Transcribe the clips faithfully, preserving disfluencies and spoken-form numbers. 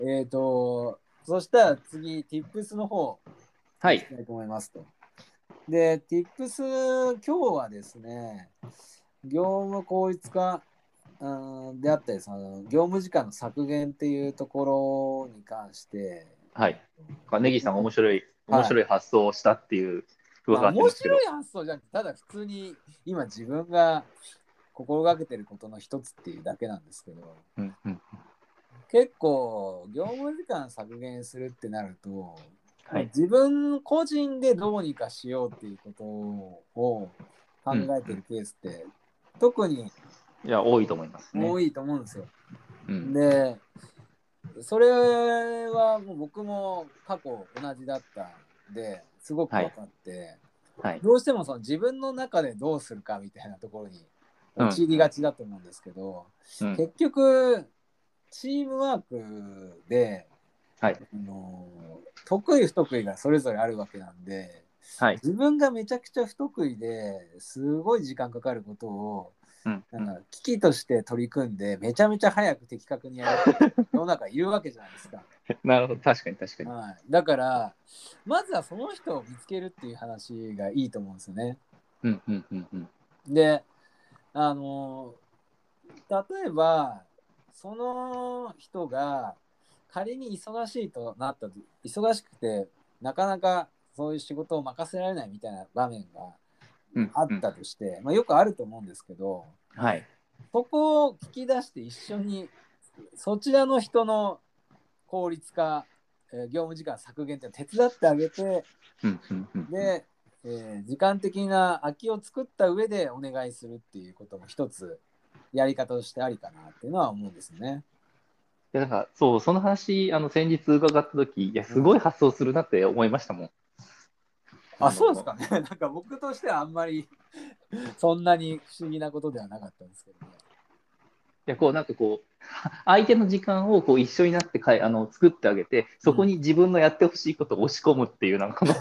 えっと、そしたら次、Tips の方、 はい。 いきたいと思いますと。で、Tips、今日はですね、業務効率化、うん、であったり、その業務時間の削減っていうところに関して、 はい。ネギ僕、 さんが面白い、面はい。 白い発想をしたっていうまあ、 伺ってるんですけど。 面白い発想じゃなくて、ただ普通に今自分が心がけてることの一つっていうだけなんですけど、 うんうん。 結構業務時間削減するってなると、まあ、 はい。 自分個人でどうにかしようっていうことを考うんえてるケースって特にいや、多いと思いますね。 多いと思うんですよ。 うん。 で、それはもう僕も過去同じだったんですごくはい。 分かって、 はい。 どうしてもその自分の中でどうするかみたいなところにうん。 陥りがちだと思うんですけど、 うん。 結局チームワークではい。 あの得意不得意がそれぞれあるわけなんで、 はい。 自分がめちゃくちゃ不得意ですごい時間かかることをうん。うん。 なんか危機として取り組んでめちゃめちゃ早く的確にやる人世の中いるわけじゃないですか。 なるほど。確かに確かに。 はい、だからまずはその人を見つけるっていう話がいいと思うんですよね。 うんうんうんうん。 で、あの例えばその人が仮に忙しいとなったと、忙しくてなかなかそういう仕事を任せられないみたいな場面がうんうん。 あったとして、まあ、よくあると思うんですけど、 はい。 そこを聞き出して一緒にそちらの人の効率化、えー業務時間削減って手伝ってあげて、 うんうんうんうん。いで、えー時間的な空きを作った上でお願いするっていうことも一つやり方としてありかなっていうのは思うんですね。 や、なんか、そう、その話、あの、先日伺ったとき、いや、すごいうん、 発想するなって思いましたもん。 あ、 あの、 そうですかね。なんか僕としてはあんまりそんなに不思議なことではなかったんですけどね。 いや、こう、なんかこう、相手の時間をこう一緒になってかいあの作ってあげて、そこうん。 に自分のやってほしいことを押し込むっていう、なんかこの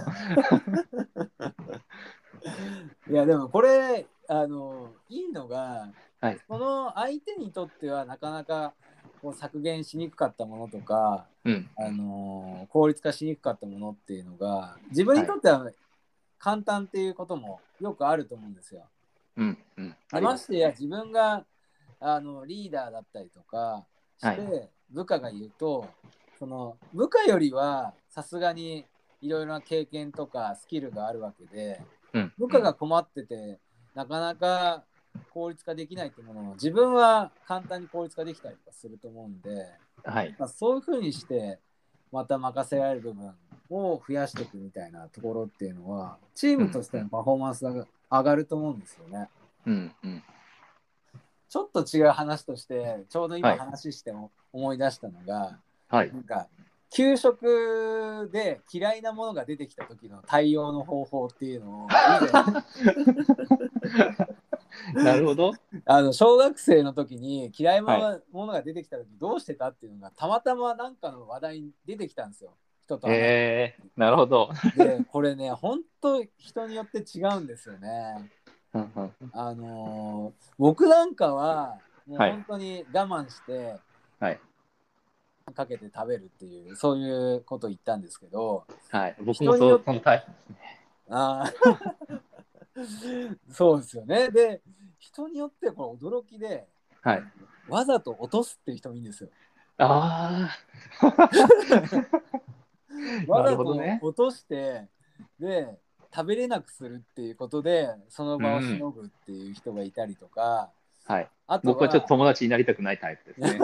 いや、でもこれ、あの、いいのが、 はい。 その相手にとってはなかなかこう削減しにくかったものとか、 うん、うあん。 の、効率化しにくかったものっていうのが、自分はい。 にとっては簡単っていうこともよくあると思うんですよ。 うん、うん。あで、 りますよね。 ましてや自分があのリーダーだったりとかしはい。 て、部下が言うと、その部下よりはさすがにいろいろな経験とかスキルがあるわけで、 うん、 部うん。 下が困ってて、なかなか効率化できないってものを自分は簡単に効率化できたりとかすると思うんで、 はい。 まあ、そういうふうにしてまた任せられる部分を増やしていくみたいなところっていうのはチーうん、 ムとしてうん。 のパフォーマンスが上がると思うんですよね。 うん、うん。 ちょっと違う話としてちょうど今はい。 話して思い出したのが、 はい。 なんか給食で嫌いなものが出てきた時の対応の方法っていうのを以前なるほど。 あの小学生の時に嫌いはい。 なものが出てきた時どうしてたっていうのがたまたまなんかの話題に出てきたんですよ、人と話してえー、なるほど。 でこれね本当人によって違うんですよね。 うんうんあのー僕なんかはもうはい。 本当に我慢してはい。 かけて食べるっていうそういうことを言ったんですけど、 はい。僕もそう、 人によってそのタイプですね。 あそうですよね。で人によってこれ驚きで、あのはい。 わざと落とすっていう人もいいんですよ。 ああ、 わなるざとほどね。 落としてで食べれなくするっていうことでその場をしうん。 のぐっていう人がいたりとか、 はい。 あと僕はちょっとは友達になりたくないタイプですね。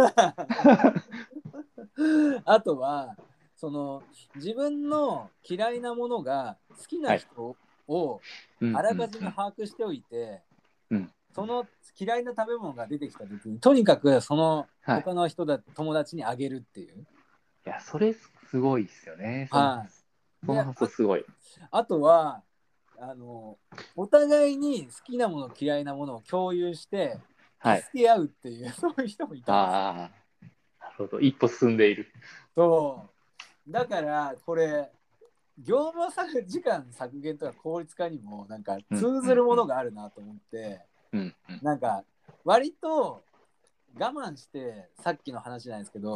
あとはその自分の嫌いなものが好きなはい。 人をうんあらかじめうんうん。 把握しておいて、 うん。 その嫌いな食べ物が出てきた時にとにかくそのはい。 他の人だ友達にあげるっていう。 いや、それすごいですよね。そのは発想。 い。 そので、あ、 発想すごい。 あとはあのお互いに好きなもの嫌いなものを共有してはい。 助け合うっていうそういう人もいたんですよ。 ああ、なるほど。一歩進んでいる。 そうだからこれ業務削時間削減とか効率化にもなんかうん通うんうん。 ずるものがあるなと思って、 うんうん。 なんか割と我慢してさっきの話なんですけど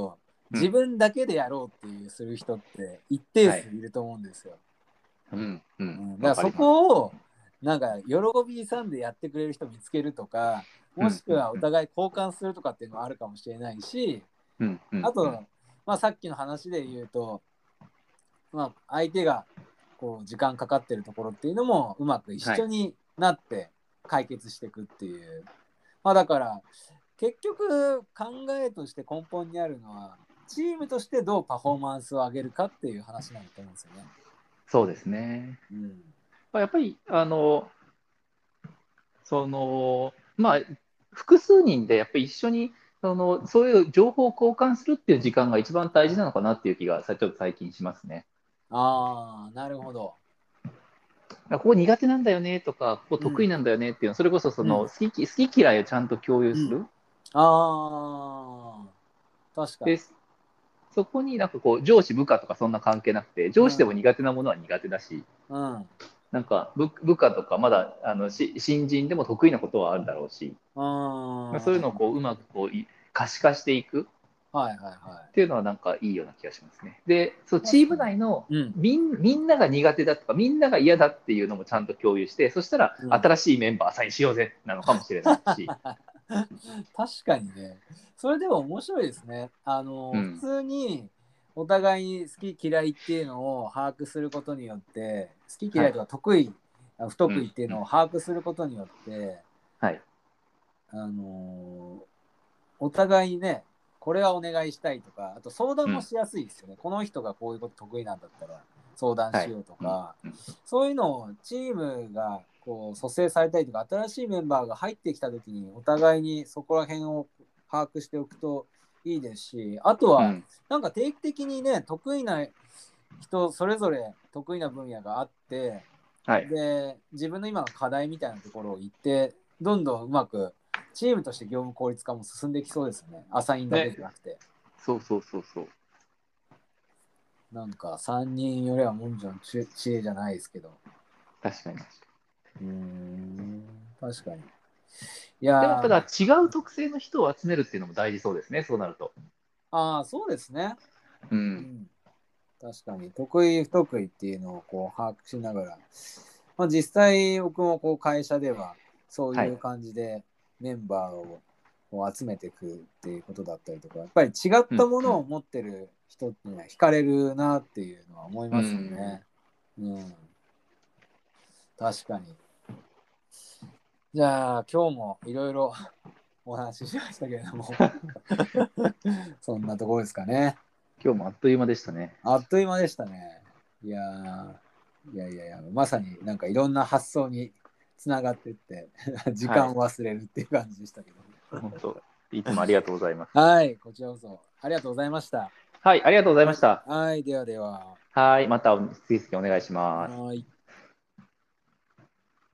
自分だけでやろうっていうする人って一定数いると思うんですよ。 はい、うんううんん、 だからそこをなんか喜びさんでやってくれる人見つけるとか、もしくはお互い交換するとかっていうのもあるかもしれないし、 うんうん、 あと、まあ、さっきの話で言うと、まあ、相手がこう時間かかってるところっていうのもうまく一緒になって解決していくっていう、はい、まあ、だから結局考えとして根本にあるのはチームとしてどうパフォーマンスを上げるかっていう話なんだと思うんですよね。 そうですね。 うん、 やっぱりあのそのまあ複数人でやっぱり一緒にそのそういう情報を交換するっていう時間が一番大事なのかなっていう気がさちょっと最近しますね。 ああ、なるほど。 ここ苦手なんだよねとか、ここ得意なんだよねっていうの、それこそその好き、好き嫌いをちゃんと共有する。 うん、ああ、確かに。 で、そこになんかこう上司部下とかそんな関係なくて、上司でも苦手なものは苦手だし、 うん、うん、 なんか部部下とかまだあのし新人でも得意なことはあるだろうし、そういうのをこううまくこう可視化していくはいはいはっていうのはなんかいいような気がしますね。で、そうい。 チーム確かに。 内のうん、 みんみんなが苦手だとか、みんなが嫌だっていうのもちゃんと共有して、そしたらうん、 新しいメンバーサインしようぜなのかもしれないし。 確かにね。それでも面白いですね。あの、普うん、 通にお互いに好き嫌いっていうのを把握することによって、好きはい。 嫌いとか得意、不得意うんっていううんのを把握することによって、 はい。 あの、お互いにね、これはお願いしたいとか、あと相談うん。 もしやすいですよね。この人がこういうこと得意なんだったら相談はい。 しようとうんか、 うんそういうのをチームがこう蘇生されたりとか、新しいメンバーが入ってきたときに、お互いにそこら辺を把握しておくといいですし、あとは、 うんなんか定期的にね、得意な人、それぞれ得意な分野があって、 はい。 で、自分の今の課題みたいなところを言って、どんどんうまくチームとして業務効率化も進んでいきそうですね。アサインだけね。 じゃなくて。 そうそうそうそう。 なんかさんにんよりはもんじゃの知知恵じゃないですけど。 確かに。 うーん、確かに。いでも、 やー、 ただ違う特性の人を集めるっていうのも大事そうですね、そうなると。 ああ、そうですね。 うん。 うん、確かに。得意、不得意っていうのをこう把握しながら、まあ、実際僕もこう会社ではそうはい。 いう感じでメンバーをこう集めていくっていうことだったりとか、やっぱり違ったものを持ってる人には惹かれるなっていうのは思いうん。うますよん。 ね。うん、確かに。じゃあ今日もいろいろお話ししましたけれどもそんなところですかね。 今日もあっという間でしたね。 あっという間でしたね。いやーいやいやいや、まさになんかいろんな発想につながっていって時はい。 間を忘れるっていう感じでしたけど。 本当、いつもありがとうございます。 はい、こちらこそありがとうございました。 はい、ありがとうございました。 はい、ではでは。 はい、またぜひお願いします。 はい。